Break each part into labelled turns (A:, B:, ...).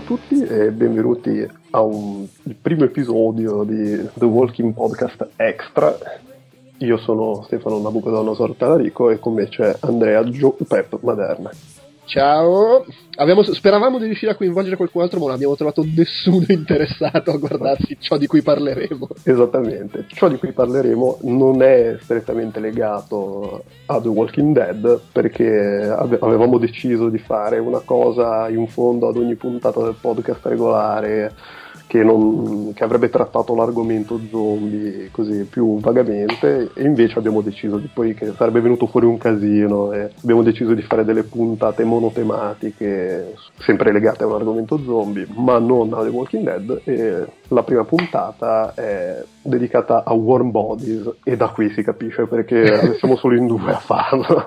A: tutti e benvenuti il primo episodio di The Walking Podcast Extra. Io sono Stefano Nabucodonosor Talarico e con me c'è Andrea Pep Maderna.
B: Ciao, speravamo di riuscire a coinvolgere qualcun altro, ma non abbiamo trovato nessuno interessato a guardarsi ciò di cui parleremo.
A: Esattamente, ciò di cui parleremo non è strettamente legato a The Walking Dead, perché avevamo deciso di fare una cosa in fondo ad ogni puntata del podcast regolare che avrebbe trattato l'argomento zombie così più vagamente, e invece abbiamo deciso poi che sarebbe venuto fuori un casino e abbiamo deciso di fare delle puntate monotematiche sempre legate a un argomento zombie ma non a The Walking Dead, e la prima puntata è dedicata a Warm Bodies e da qui si capisce perché siamo solo in due a farlo.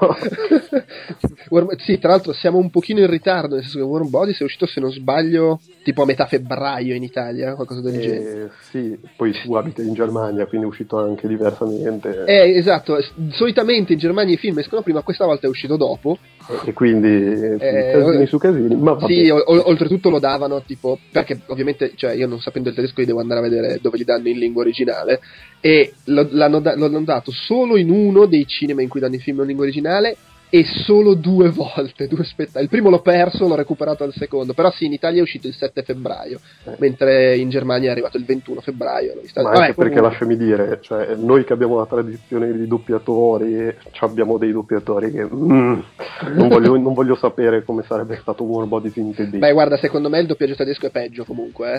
B: Sì, tra l'altro siamo un pochino in ritardo, nel senso che Warm Bodies è uscito, se non sbaglio, tipo a metà febbraio in Italia, qualcosa del genere.
A: Sì, poi tu abiti in Germania, quindi è uscito anche diversamente.
B: Esatto, solitamente in Germania i film escono prima, questa volta è uscito dopo.
A: E quindi casini su casini, ma vabbè.
B: Sì, oltretutto lo davano tipo, perché ovviamente, cioè, io non sapendo il tedesco li devo andare a vedere dove li danno in lingua originale, e l'hanno dato solo in uno dei cinema in cui danno i film in lingua originale, e solo due volte, il primo l'ho perso, l'ho recuperato al secondo, però sì, in Italia è uscito il 7 febbraio, mentre in Germania è arrivato il 21 febbraio.
A: Ma anche perché, lasciami dire, cioè, noi che abbiamo la tradizione di doppiatori, abbiamo dei doppiatori che non voglio sapere come sarebbe stato Warm Bodies in tedesco.
B: Beh, guarda, secondo me il doppiaggio tedesco è peggio comunque,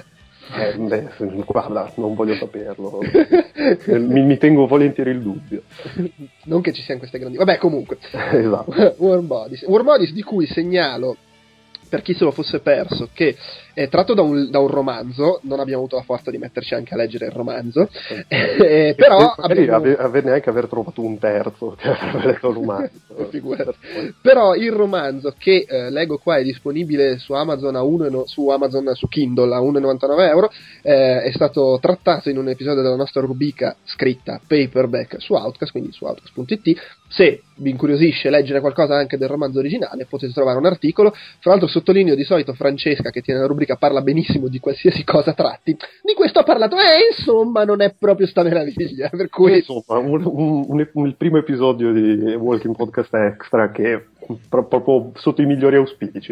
A: guarda, non voglio saperlo. mi tengo volentieri il dubbio.
B: Non che ci siano queste grandi... Vabbè, comunque.
A: Esatto.
B: Warm Bodies, di cui segnalo, per chi se lo fosse perso, che è tratto da un romanzo. Non abbiamo avuto la forza di metterci anche a leggere il romanzo, però
A: averne anche aver trovato un terzo che avrebbe letto il romanzo.
B: Però il romanzo, che leggo qua, è disponibile su Amazon su Kindle a 1,99 euro, è stato trattato in un episodio della nostra rubrica scritta paperback su Outcast, quindi su outcast.it. Se vi incuriosisce leggere qualcosa anche del romanzo originale, potete trovare un articolo. Fra l'altro sottolineo, di solito Francesca, che tiene la rubrica, parla benissimo di qualsiasi cosa tratti. Di questo ha parlato, insomma, non è proprio sta meraviglia, per cui...
A: Insomma, il primo episodio di Walking Podcast Extra che proprio sotto i migliori auspici.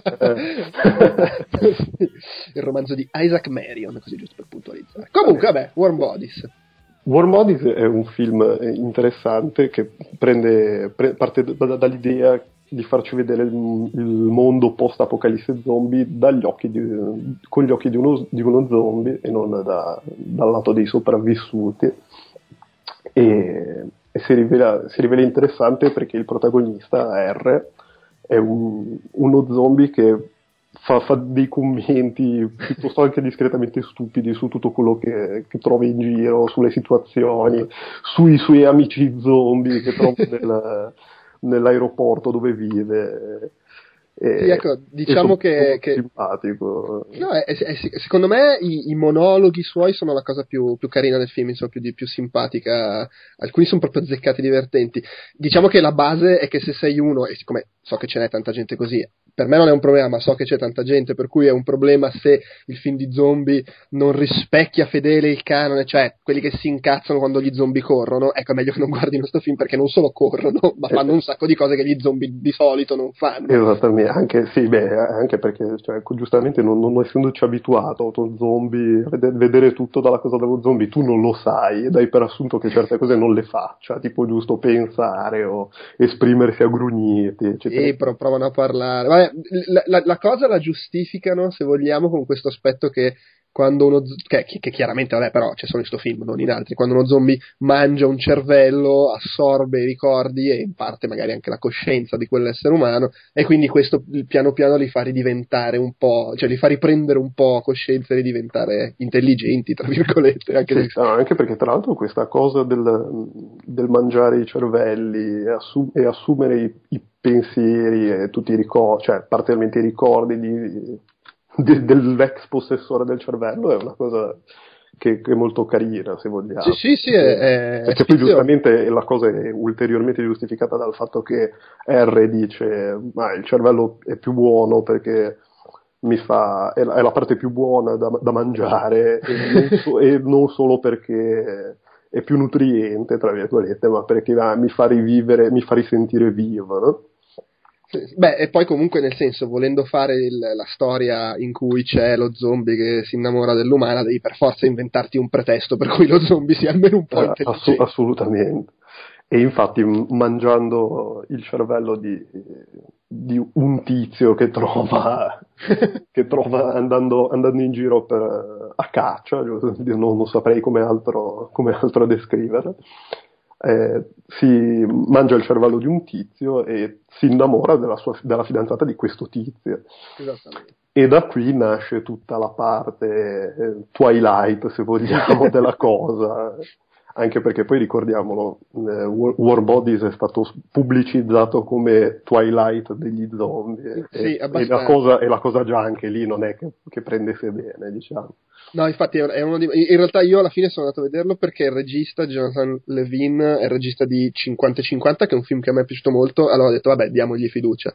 B: Il romanzo di Isaac Marion, così giusto per puntualizzare. Comunque, vabbè, Warm Bodies.
A: Warm Bodies è un film interessante che parte dall'idea di farci vedere il mondo post-apocalisse zombie con gli occhi di uno zombie e non dal lato dei sopravvissuti, e si rivela interessante perché il protagonista R è uno zombie che fa dei commenti piuttosto anche discretamente stupidi su tutto quello che trova in giro, sulle situazioni, sui suoi amici zombie che trova nell'aeroporto dove vive.
B: Sì, ecco, diciamo che
A: simpatico.
B: No, secondo me i monologhi suoi sono la cosa più carina del film, insomma, più simpatica. Alcuni sono proprio azzeccati, divertenti. Diciamo che la base è che se sei uno, e siccome so che ce n'è tanta gente così, per me non è un problema, ma so che c'è tanta gente per cui è un problema se il film di zombie non rispecchia fedele il canone, cioè quelli che si incazzano quando gli zombie corrono. Ecco, è meglio che non guardino questo film, perché non solo corrono, ma fanno un sacco di cose che gli zombie di solito non fanno.
A: Esattamente, anche perché, cioè, giustamente non essendoci abituato a zombie, a vedere tutto dalla cosa dello zombie, tu non lo sai, dai per assunto che certe cose non le faccia, tipo giusto pensare o esprimersi a grugniti, eccetera.
B: E provano a parlare. Vabbè, la cosa la giustificano, se vogliamo, con questo aspetto che quando uno che chiaramente, vabbè, però c'è solo in sto film, non in altri, quando uno zombie mangia un cervello, assorbe i ricordi e in parte magari anche la coscienza di quell'essere umano, e quindi questo piano piano li fa ridiventare un po', cioè li fa riprendere un po' coscienza e ridiventare intelligenti, tra virgolette.
A: Anche perché tra l'altro questa cosa del mangiare i cervelli e assumere i pensieri e tutti i ricordi, cioè parzialmente i ricordi dell'ex possessore del cervello, è una cosa che è molto carina, se vogliamo.
B: Sì,
A: perché poi giustamente la cosa è ulteriormente giustificata dal fatto che R dice ma il cervello è più buono perché è la parte più buona da mangiare, e non solo perché è più nutriente, tra virgolette, ma perché mi fa rivivere, mi fa risentire vivo, no?
B: Beh, e poi comunque, nel senso, volendo fare la storia in cui c'è lo zombie che si innamora dell'umana, devi per forza inventarti un pretesto per cui lo zombie sia almeno un po' intelligente.
A: Assolutamente. E infatti mangiando il cervello di un tizio che trova andando in giro a caccia, non saprei come altro descriverlo, si mangia il cervello di un tizio e si innamora della fidanzata di questo tizio.
B: Esattamente.
A: E da qui nasce tutta la parte Twilight, se vogliamo, della cosa. Anche perché poi ricordiamolo, War Bodies è stato pubblicizzato come Twilight degli zombie,
B: sì,
A: e la cosa già anche lì non è che prendesse bene, diciamo.
B: No, infatti è uno in realtà io alla fine sono andato a vederlo perché il regista, Jonathan Levine, è il regista di 50-50, che è un film che a me è piaciuto molto, allora ho detto vabbè, diamogli fiducia.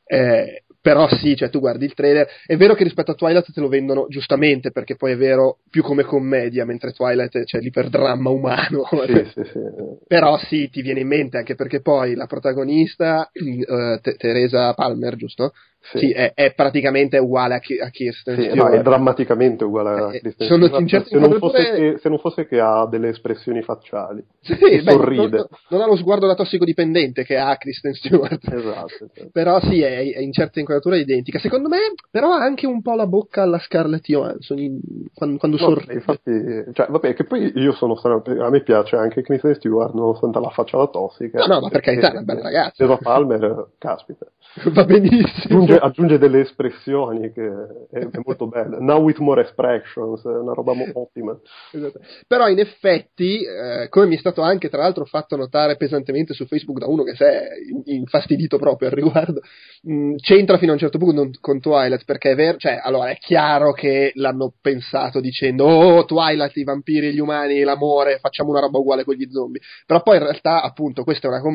B: Però sì, cioè tu guardi il trailer, è vero che rispetto a Twilight te lo vendono giustamente, perché poi è vero più come commedia, mentre Twilight c'è l'iperdrama umano.
A: Sì.
B: Però sì, ti viene in mente, anche perché poi la protagonista, Teresa Palmer, giusto? Sì, è praticamente uguale a Kirsten Stewart.
A: No, è drammaticamente uguale a Kristen Stewart, se non fosse che ha delle espressioni facciali, sorride.
B: Non ha lo sguardo da tossicodipendente che ha Kristen Stewart.
A: Esatto.
B: Però sì, è in certe inquadrature identica. Secondo me, però, ha anche un po' la bocca alla Scarlett Johansson quando sorride.
A: Infatti, cioè, vabbè, che poi io a me piace anche Kristen Stewart, nonostante la faccia da tossica.
B: No, ma per carità, è una bella ragazza.
A: Teresa Palmer, caspita.
B: Va benissimo.
A: Aggiunge delle espressioni che è molto bella. Now with more expressions, è una roba ottima.
B: Esatto. Però in effetti, come mi è stato anche tra l'altro fatto notare pesantemente su Facebook da uno che si è infastidito proprio al riguardo, c'entra fino a un certo punto con Twilight, perché è vero, cioè, allora è chiaro che l'hanno pensato dicendo oh, Twilight, i vampiri, gli umani, l'amore, facciamo una roba uguale con gli zombie, però poi in realtà appunto questa è una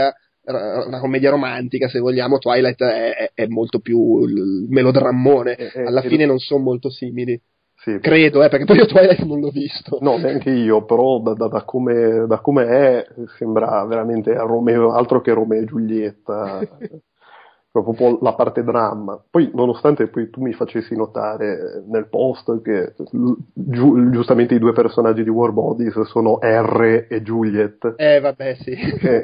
B: commedia romantica, se vogliamo. Twilight è molto più melodrammone, alla fine non sono molto simili. Sì, credo, perché poi io Twilight non l'ho visto.
A: No, neanche io, però da come è sembra veramente altro che Romeo e Giulietta. Proprio la parte dramma. Poi, nonostante poi tu mi facessi notare nel post che giustamente i due personaggi di War Bodies sono R e Juliet.
B: Vabbè, sì.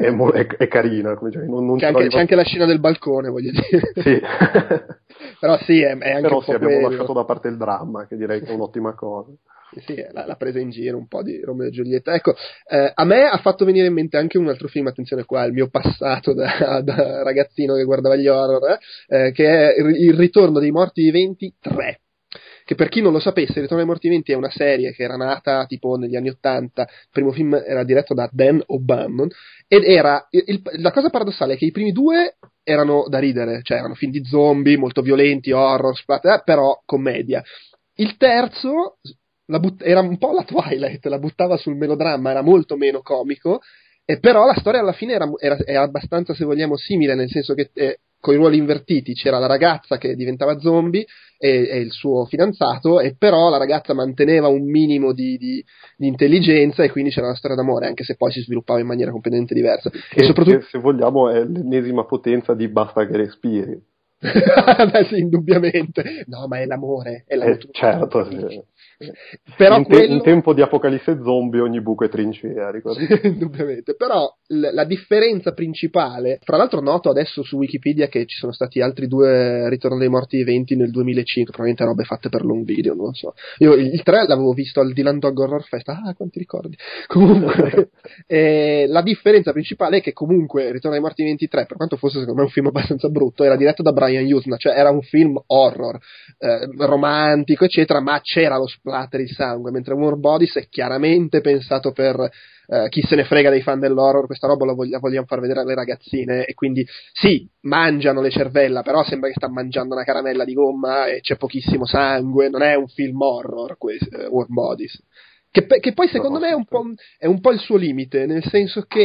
A: È carina. Cioè,
B: c'è anche la scena del balcone, voglio dire.
A: Sì.
B: Però sì, è anche
A: però
B: un po'
A: abbiamo lasciato da parte il dramma, che direi che è un'ottima cosa.
B: Sì, l'ha presa in giro un po' di Romeo e Giulietta. Ecco, a me ha fatto venire in mente anche un altro film, attenzione qua, il mio passato da ragazzino che guardava gli horror, che è Il ritorno dei morti viventi 3. Che per chi non lo sapesse, Il ritorno dei morti viventi è una serie che era nata tipo negli anni '80, il primo film era diretto da Dan O'Bannon, ed era, la cosa paradossale è che i primi due erano da ridere, cioè erano film di zombie, molto violenti, horror, splatter, però commedia. Il terzo era un po' la Twilight, la buttava sul melodramma, era molto meno comico, però la storia alla fine era abbastanza, se vogliamo, simile, nel senso che con i ruoli invertiti c'era la ragazza che diventava zombie e il suo fidanzato, e però la ragazza manteneva un minimo di intelligenza, e quindi c'era una storia d'amore, anche se poi si sviluppava in maniera completamente diversa. E soprattutto,
A: se vogliamo, è l'ennesima potenza di Basta che respiri.
B: Beh, sì, indubbiamente. No, ma è l'amore.
A: Certo, sì.
B: Però
A: in tempo di apocalisse zombie ogni buco è trincea, ricordi?
B: Sì, indubbiamente. Però la differenza principale, tra l'altro noto adesso su Wikipedia che ci sono stati altri 2 Ritorno dei morti viventi nel 2005, probabilmente robe fatte per l'home video, non lo so. Io il 3 l'avevo visto al Dylan Dog Horror Fest, quanti ricordi. Comunque la differenza principale è che comunque Ritorno dei morti viventi 3, per quanto fosse secondo me un film abbastanza brutto, era diretto da Brian Yuzna, cioè era un film horror, romantico eccetera, ma c'era lo splatter, il sangue, mentre War Bodies è chiaramente pensato per chi se ne frega dei fan dell'horror, questa roba la vogliamo far vedere alle ragazzine, e quindi sì, mangiano le cervella, però sembra che sta mangiando una caramella di gomma e c'è pochissimo sangue, non è un film horror War Bodies, che poi secondo me è un po' il suo limite, nel senso che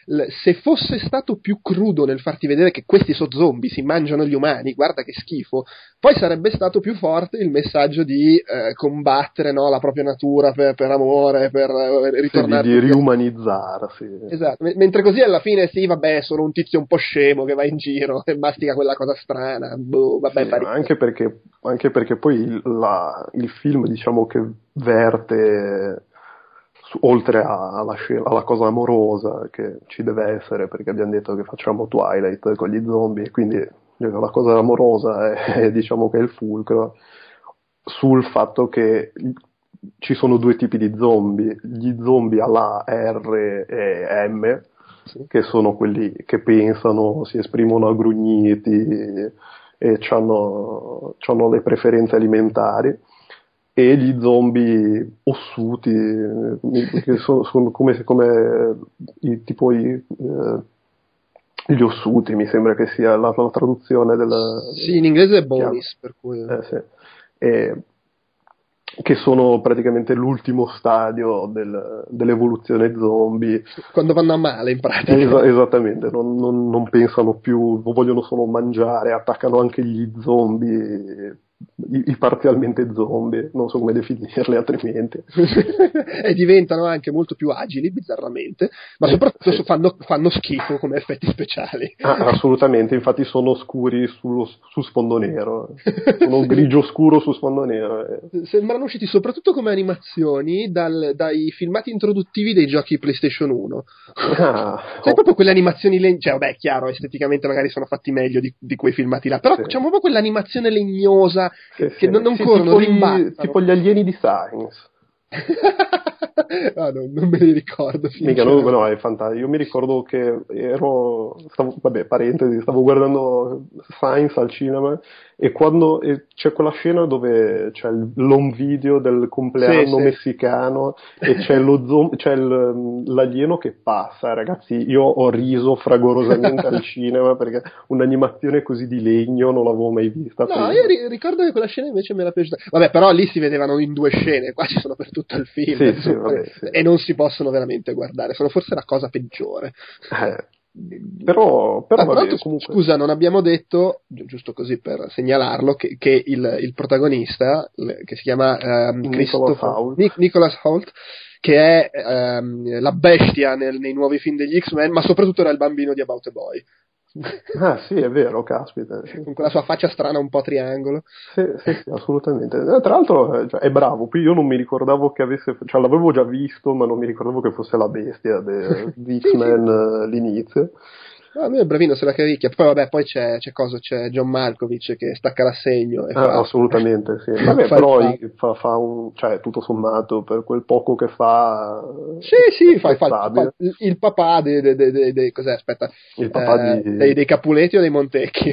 B: se fosse stato più crudo nel farti vedere che questi sono zombie, si mangiano gli umani, guarda che schifo, poi sarebbe stato più forte il messaggio di combattere, no, la propria natura per amore, per ritornare...
A: Sì, di riumanizzarsi.
B: Esatto, mentre così alla fine sì, vabbè, sono un tizio un po' scemo che va in giro e mastica quella cosa strana, boh, vabbè,
A: Sì, anche perché poi il film, diciamo che verte oltre alla cosa amorosa che ci deve essere, perché abbiamo detto che facciamo Twilight con gli zombie, quindi la cosa amorosa è diciamo che è il fulcro, sul fatto che ci sono due tipi di zombie, gli zombie alla R e M, sì, che sono quelli che pensano, si esprimono a grugniti e hanno le preferenze alimentari, e gli zombie ossuti, che sono come gli ossuti, mi sembra che sia la traduzione
B: sì, in inglese è bonis, per cui...
A: sì. Che sono praticamente l'ultimo stadio dell'evoluzione zombie.
B: Quando vanno a male, in pratica.
A: Esattamente, non pensano più, vogliono solo mangiare, attaccano anche gli zombie, i parzialmente zombie, non so come definirli altrimenti.
B: E diventano anche molto più agili, bizzarramente, ma soprattutto sì, fanno schifo come effetti speciali.
A: Assolutamente, infatti sono scuri su sfondo nero, sono grigio scuro su sfondo nero.
B: Sembrano usciti soprattutto come animazioni dai filmati introduttivi dei giochi PlayStation 1. Sai, proprio quelle animazioni cioè vabbè, chiaro, esteticamente magari sono fatti meglio di quei filmati là, però sì, c'è proprio quell'animazione legnosa che non corrono, rimbalzano.
A: Tipo gli alieni di Science.
B: Non me li ricordo.
A: No, è fantastico. Io mi ricordo che stavo guardando Science al cinema, e quando c'è quella scena dove c'è l'home video del compleanno messicano, e c'è l'alieno che passa, ragazzi, io ho riso fragorosamente al cinema, perché un'animazione così di legno non l'avevo mai vista.
B: No, io ricordo che quella scena invece mi era piaciuta. Vabbè, però lì si vedevano in due scene, qua ci sono per tutto il film,
A: sì, vabbè, sì.
B: E non si possono veramente guardare, sono forse la cosa peggiore.
A: Però vabbè,
B: comunque... Scusa, non abbiamo detto, giusto così per segnalarlo, che il protagonista, che si chiama Nicholas Hoult, che è la bestia nei nuovi film degli X-Men, ma soprattutto era il bambino di About a Boy.
A: Ah sì, è vero, caspita.
B: Con quella sua faccia strana un po' triangolo.
A: Sì, assolutamente. Tra l'altro è bravo, io non mi ricordavo che avesse, cioè l'avevo già visto, ma non mi ricordavo che fosse la bestia di X-Men l'inizio.
B: No, lui è bravino, se la cavicchia. Poi vabbè, poi c'è John Malkovich che stacca l'assegno.
A: Assolutamente, sì. Vabbè, però fa cioè tutto sommato, per quel poco che fa...
B: Sì, fa il papà cos'è, aspetta.
A: Il papà
B: dei Capuleti o dei Montecchi?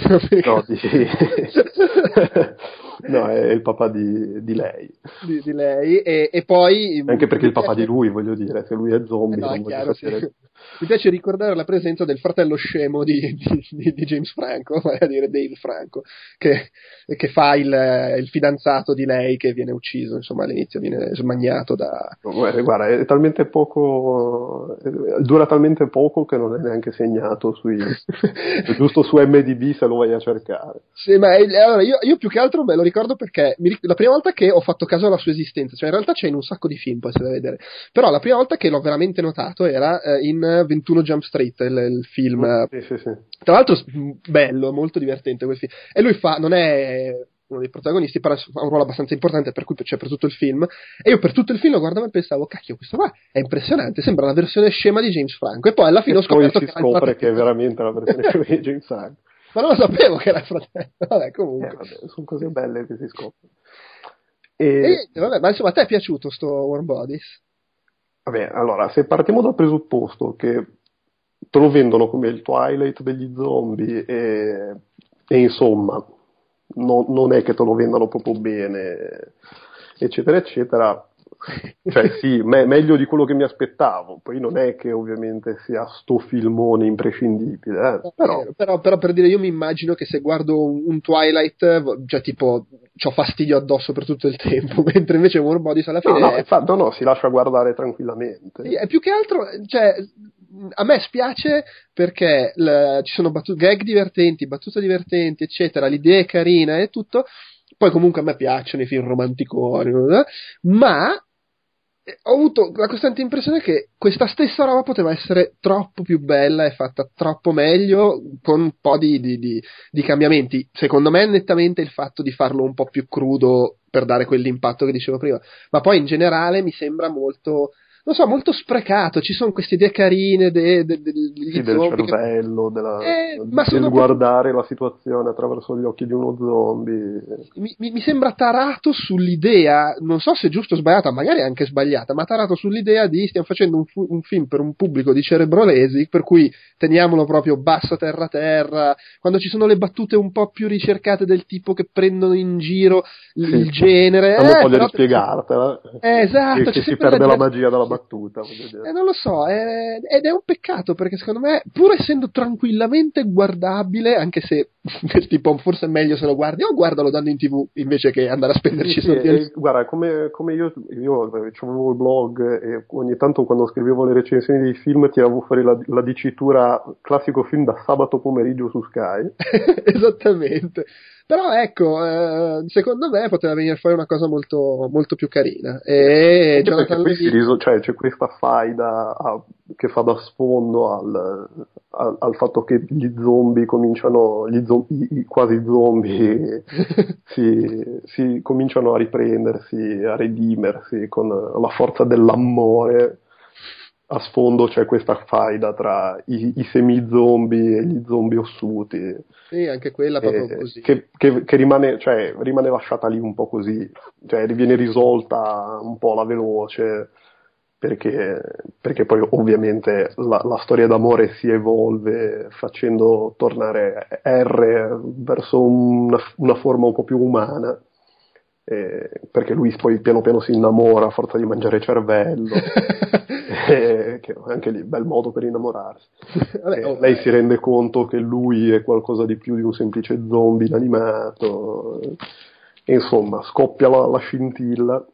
A: No, è il papà di lei.
B: Di lei, e poi...
A: Anche perché il papà di lui, voglio dire, se lui è zombie,
B: no,
A: non voglio sapere...
B: Sì. Mi piace ricordare la presenza del fratello scemo di James Franco, vale a dire Dave Franco, che fa il fidanzato di lei che viene ucciso, insomma all'inizio viene smagnato da...
A: Guarda, è talmente poco, dura talmente poco che non è neanche segnato giusto su MDB se lo vai a cercare.
B: Sì, ma allora io più che altro me lo ricordo perché la prima volta che ho fatto caso alla sua esistenza, cioè in realtà c'è in un sacco di film, poi se da vedere, però la prima volta che l'ho veramente notato era in 21 Jump Street, il film.
A: Sì.
B: Tra l'altro bello, molto divertente quel film. E lui non è uno dei protagonisti, però ha un ruolo abbastanza importante, per cui c'è per tutto il film. E io per tutto il film lo guardavo e pensavo, cacchio, questo qua è impressionante, sembra la versione scema di James Franco. E poi alla fine ho scoperto
A: che scopre che è veramente la versione scema di James Franco.
B: Ma non lo sapevo che era il fratello. Vabbè, comunque.
A: Sono cose belle che si scoprono.
B: Vabbè, ma insomma, a te è piaciuto sto Warm Bodies?
A: Vabbè, allora, se partiamo dal presupposto che te lo vendono come il Twilight degli zombie e insomma non è che te lo vendano proprio bene, eccetera eccetera, cioè sì, meglio di quello che mi aspettavo. Poi non è che ovviamente sia sto filmone imprescindibile,
B: però per dire, io mi immagino che se guardo un Twilight, cioè tipo c'ho fastidio addosso per tutto il tempo, mentre invece Warm Bodies alla fine
A: no, si lascia guardare tranquillamente.
B: Sì, è più che altro, cioè a me spiace perché ci sono gag divertenti, battute divertenti, eccetera, l'idea è carina e tutto. Poi comunque a me piacciono i film romanticoni, ma ho avuto la costante impressione che questa stessa roba poteva essere troppo più bella e fatta troppo meglio, con un po' di cambiamenti. Secondo me nettamente il fatto di farlo un po' più crudo per dare quell'impatto che dicevo prima, ma poi in generale mi sembra molto, non so, molto sprecato. Ci sono queste idee carine
A: del cervello, del guardare la situazione attraverso gli occhi di uno zombie.
B: Mi sembra tarato sull'idea, non so se è giusto o sbagliata, magari anche sbagliata, ma tarato sull'idea di stiamo facendo un film per un pubblico di cerebrolesi, per cui teniamolo proprio basso terra, quando ci sono le battute un po' più ricercate del tipo che prendono in giro il genere.
A: Hanno voglia di spiegartela.
B: Esatto.
A: Che si perde la magia della battuta.
B: Non lo so, ed è un peccato perché secondo me, pur essendo tranquillamente guardabile, anche se tipo forse è meglio se lo guardi o guardalo dando in TV invece che andare a spenderci soldi.
A: Guarda, come io avevo il blog e ogni tanto quando scrivevo le recensioni dei film tiravo fuori la dicitura classico film da sabato pomeriggio su Sky.
B: Esattamente. Però ecco, secondo me poteva venire fuori una cosa molto, molto più carina. E Jonathan Levy...
A: c'è questa faida che fa da sfondo al fatto che gli zombie cominciano, i quasi zombie si cominciano a riprendersi, a redimersi con la forza dell'amore. A sfondo c'è questa faida tra i semi-zombie e gli zombie ossuti.
B: Sì, anche quella proprio così.
A: Che rimane lasciata lì un po' così, cioè viene risolta un po' alla veloce, perché poi ovviamente la storia d'amore si evolve facendo tornare R verso una forma un po' più umana. Perché lui poi piano piano si innamora a forza di mangiare cervello. Che anche lì bel modo per innamorarsi. Lei si rende conto che lui è qualcosa di più di un semplice zombie inanimato e insomma scoppia la scintilla.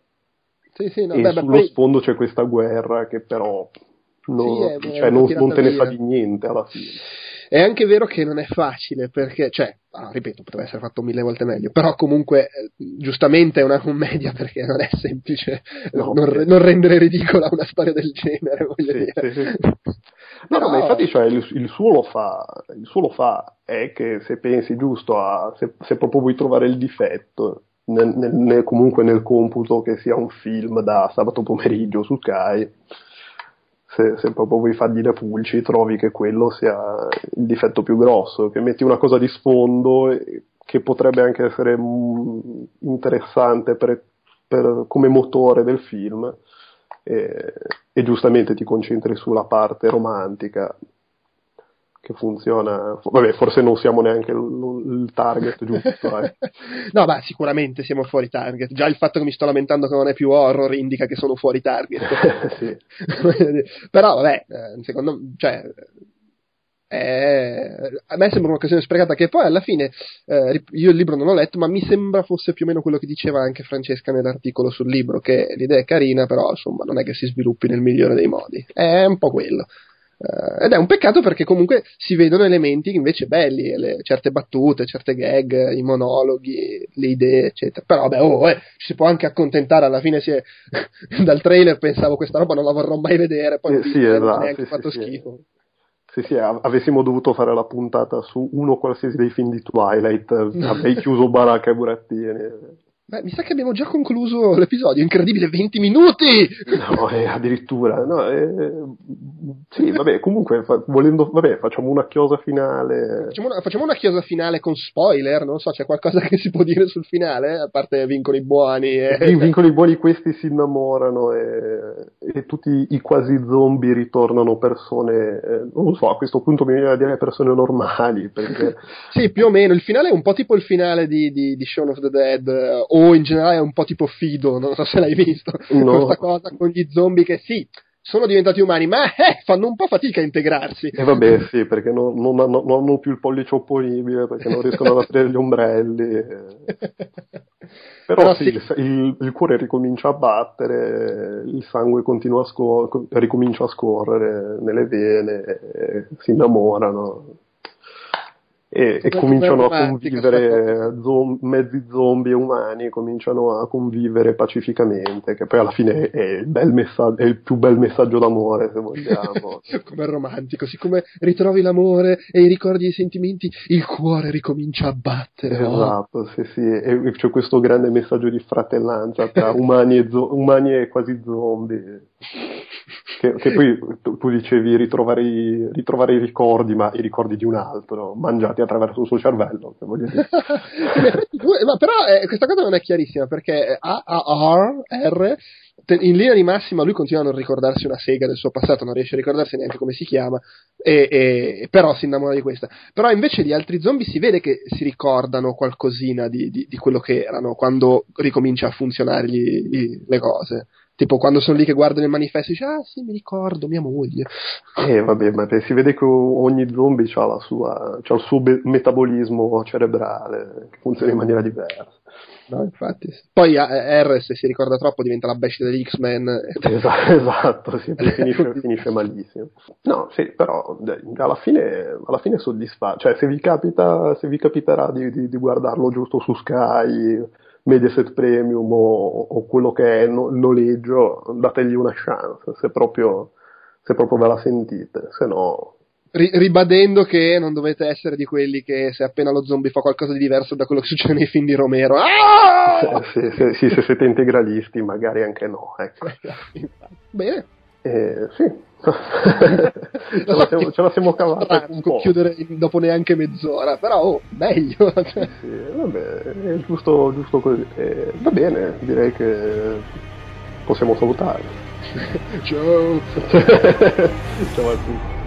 A: Sullo sfondo c'è questa guerra che però non te ne sa di niente alla fine.
B: È anche vero che non è facile perché, ripeto, potrebbe essere fatto 1000 volte meglio, però comunque giustamente è una commedia perché non è semplice non rendere ridicola una storia del genere, voglio dire. Sì.
A: No, ma infatti il suo lo fa, è che se pensi giusto se proprio vuoi trovare il difetto, comunque nel computo che sia un film da sabato pomeriggio su Sky, se proprio vuoi fargli le pulci, trovi che quello sia il difetto più grosso, che metti una cosa di sfondo che potrebbe anche essere interessante come motore del film e giustamente ti concentri sulla parte romantica che funziona. Vabbè, forse non siamo neanche il target giusto.
B: No, ma sicuramente siamo fuori target. Già il fatto che mi sto lamentando che non è più horror indica che sono fuori target.
A: Sì.
B: Però vabbè, secondo me, a me sembra un'occasione sprecata, che poi alla fine io il libro non l'ho letto, ma mi sembra fosse più o meno quello che diceva anche Francesca nell'articolo sul libro, che l'idea è carina, però insomma non è che si sviluppi nel migliore dei modi. È un po' quello. Ed è un peccato perché comunque si vedono elementi invece belli, certe battute, certe gag, i monologhi, le idee, eccetera. Però ci si può anche accontentare, alla fine dal trailer pensavo questa roba non la vorrò mai vedere, poi non ha neanche fatto schifo.
A: Sì, avessimo dovuto fare la puntata su uno qualsiasi dei film di Twilight, avrei chiuso baracca e burattini.
B: Beh, mi sa che abbiamo già concluso l'episodio, incredibile, 20 minuti!
A: No, addirittura, sì, vabbè, comunque, facciamo una chiosa finale.
B: Facciamo una chiosa finale con spoiler, non so, c'è qualcosa che si può dire sul finale, a parte vincoli buoni.
A: Vincoli buoni, questi si innamorano e tutti i quasi zombie ritornano persone, non lo so, a questo punto mi viene a dire persone normali, perché...
B: Sì, più o meno, il finale è un po' tipo il finale di Shaun of the Dead, o in generale è un po' tipo Fido, non so se l'hai visto,
A: no.
B: Questa cosa con gli zombie che sono diventati umani, ma fanno un po' fatica a integrarsi.
A: E vabbè, sì, perché non hanno più il pollice opponibile, perché non riescono ad aprire gli ombrelli. Però sì, il cuore ricomincia a battere, il sangue continua ricomincia a scorrere nelle vene, si innamorano e cominciano a convivere, mezzi zombie e umani cominciano a convivere pacificamente, che poi alla fine è il più bel messaggio d'amore, se vogliamo.
B: Come romantico, siccome ritrovi l'amore e i ricordi e i sentimenti, il cuore ricomincia a battere.
A: Esatto, sì, e c'è questo grande messaggio di fratellanza tra umani e quasi zombie. Che poi tu dicevi ritrovare i ricordi, ma i ricordi di un altro, mangiati attraverso il suo cervello, che voglio dire.
B: Ma però questa cosa non è chiarissima, perché R, in linea di massima lui continua a non ricordarsi una sega del suo passato, non riesce a ricordarsi neanche come si chiama, però si innamora di questa. Però invece gli altri zombie si vede che si ricordano qualcosina di quello che erano quando ricomincia a funzionare le cose. Tipo quando sono lì che guardano il manifesto e dice ah sì mi ricordo mia moglie.
A: Vabbè, ma si vede che ogni zombie c'ha il suo metabolismo cerebrale che funziona in maniera diversa.
B: No, infatti. Poi R se si ricorda troppo diventa la bestia degli X-Men.
A: Esatto, finisce malissimo. No, sì, però alla fine è soddisfatto. Cioè, se vi capiterà di guardarlo giusto su Sky, Mediaset Premium o quello che è il noleggio, dategli una chance, se proprio ve la sentite, se no...
B: Ribadendo che non dovete essere di quelli che se appena lo zombie fa qualcosa di diverso da quello che succede nei film di Romero,
A: se siete integralisti magari anche no, ecco.
B: Bene.
A: Sì. ce la siamo cavata un po'.
B: Chiudere dopo neanche mezz'ora, però meglio.
A: Sì, vabbè, è giusto così. Va bene, direi che possiamo salutare.
B: Ciao.
A: Ciao a tutti.